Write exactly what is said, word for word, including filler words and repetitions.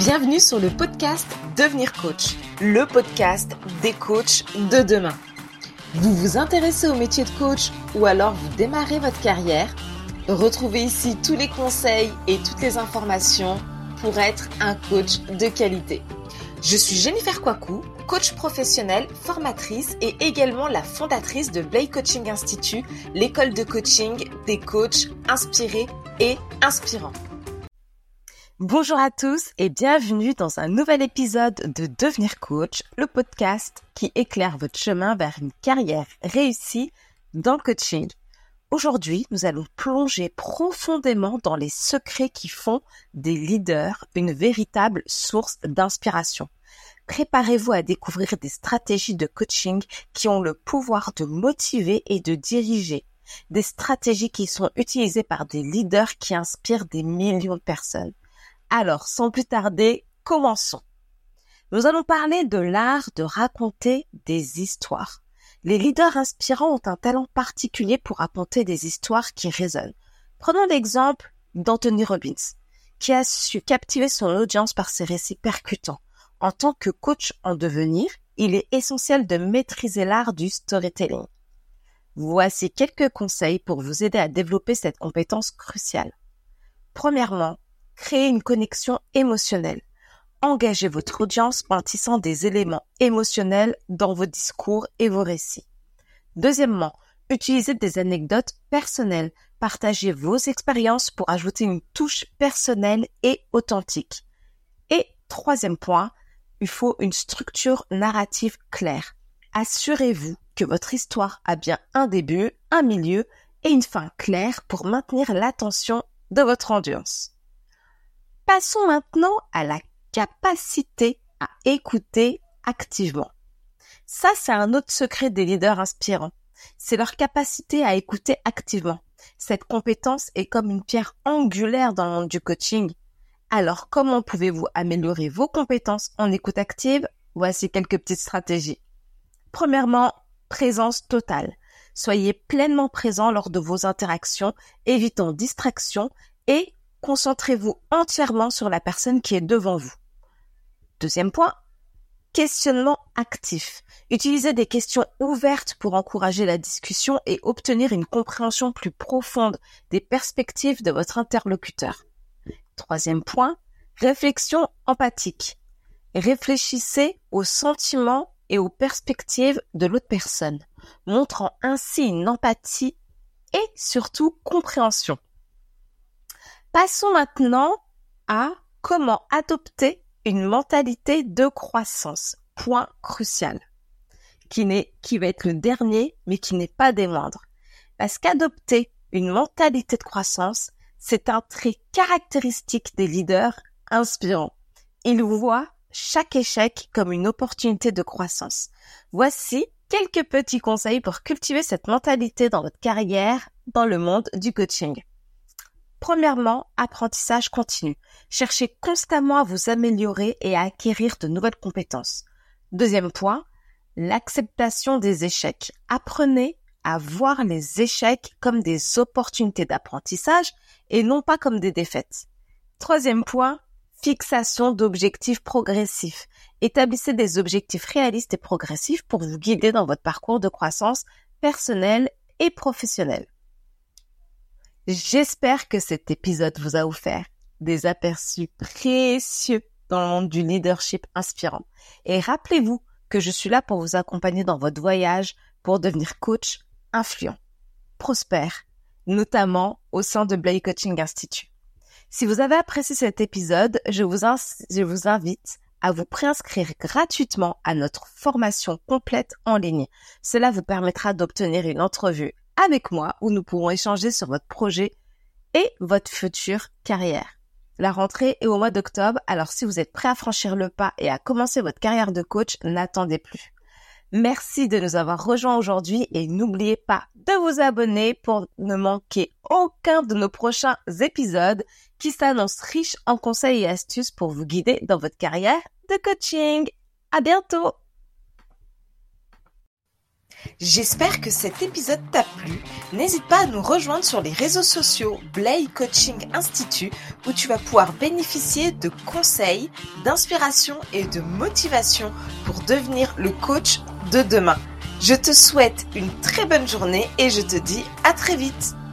Bienvenue sur le podcast Devenir coach, le podcast des coachs de demain. Vous vous intéressez au métier de coach ou alors vous démarrez votre carrière? Retrouvez ici tous les conseils et toutes les informations pour être un coach de qualité. Je suis Jennifer Kouakou, coach professionnelle, formatrice et également la fondatrice de Blake Coaching Institute, l'école de coaching des coachs inspirés et inspirants. Bonjour à tous et bienvenue dans un nouvel épisode de Devenir coach, le podcast qui éclaire votre chemin vers une carrière réussie dans le coaching. Aujourd'hui, nous allons plonger profondément dans les secrets qui font des leaders une véritable source d'inspiration. Préparez-vous à découvrir des stratégies de coaching qui ont le pouvoir de motiver et de diriger. Des stratégies qui sont utilisées par des leaders qui inspirent des millions de personnes. Alors, sans plus tarder, commençons. Nous allons parler de l'art de raconter des histoires. Les leaders inspirants ont un talent particulier pour raconter des histoires qui résonnent. Prenons l'exemple d'Anthony Robbins, qui a su captiver son audience par ses récits percutants. En tant que coach en devenir, il est essentiel de maîtriser l'art du storytelling. Voici quelques conseils pour vous aider à développer cette compétence cruciale. Premièrement, créez une connexion émotionnelle. Engagez votre audience en tissant des éléments émotionnels dans vos discours et vos récits. Deuxièmement, utilisez des anecdotes personnelles. Partagez vos expériences pour ajouter une touche personnelle et authentique. Et troisième point, il faut une structure narrative claire. Assurez-vous que votre histoire a bien un début, un milieu et une fin claire pour maintenir l'attention de votre audience. Passons maintenant à la capacité à écouter activement. Ça, c'est un autre secret des leaders inspirants. C'est leur capacité à écouter activement. Cette compétence est comme une pierre angulaire dans le monde du coaching. Alors, comment pouvez-vous améliorer vos compétences en écoute active? Voici quelques petites stratégies. Premièrement, présence totale. Soyez pleinement présent lors de vos interactions, évitant distraction et concentrez-vous entièrement sur la personne qui est devant vous. Deuxième point, questionnement actif. Utilisez des questions ouvertes pour encourager la discussion et obtenir une compréhension plus profonde des perspectives de votre interlocuteur. Troisième point, réflexion empathique. Réfléchissez aux sentiments et aux perspectives de l'autre personne, montrant ainsi une empathie et surtout compréhension. Passons maintenant à comment adopter une mentalité de croissance, point crucial, qui n'est, qui va être le dernier, mais qui n'est pas des moindres. Parce qu'adopter une mentalité de croissance, c'est un trait caractéristique des leaders inspirants. Ils voient chaque échec comme une opportunité de croissance. Voici quelques petits conseils pour cultiver cette mentalité dans votre carrière dans le monde du coaching. Premièrement, apprentissage continu. Cherchez constamment à vous améliorer et à acquérir de nouvelles compétences. Deuxième point, l'acceptation des échecs. Apprenez à voir les échecs comme des opportunités d'apprentissage et non pas comme des défaites. Troisième point, fixation d'objectifs progressifs. Établissez des objectifs réalistes et progressifs pour vous guider dans votre parcours de croissance personnelle et professionnelle. J'espère que cet épisode vous a offert des aperçus précieux dans le monde du leadership inspirant. Et rappelez-vous que je suis là pour vous accompagner dans votre voyage pour devenir coach influent, prospère, notamment au sein de Blake Coaching Institute. Si vous avez apprécié cet épisode, je vous, ins- je vous invite à vous préinscrire gratuitement à notre formation complète en ligne. Cela vous permettra d'obtenir une entrevue avec moi où nous pourrons échanger sur votre projet et votre future carrière. La rentrée est au mois d'octobre, alors si vous êtes prêt à franchir le pas et à commencer votre carrière de coach, n'attendez plus. Merci de nous avoir rejoints aujourd'hui et n'oubliez pas de vous abonner pour ne manquer aucun de nos prochains épisodes qui s'annoncent riches en conseils et astuces pour vous guider dans votre carrière de coaching. À bientôt! J'espère que cet épisode t'a plu. N'hésite pas à nous rejoindre sur les réseaux sociaux Blay Coaching Institute où tu vas pouvoir bénéficier de conseils, d'inspiration et de motivation pour devenir le coach de demain. Je te souhaite une très bonne journée et je te dis à très vite.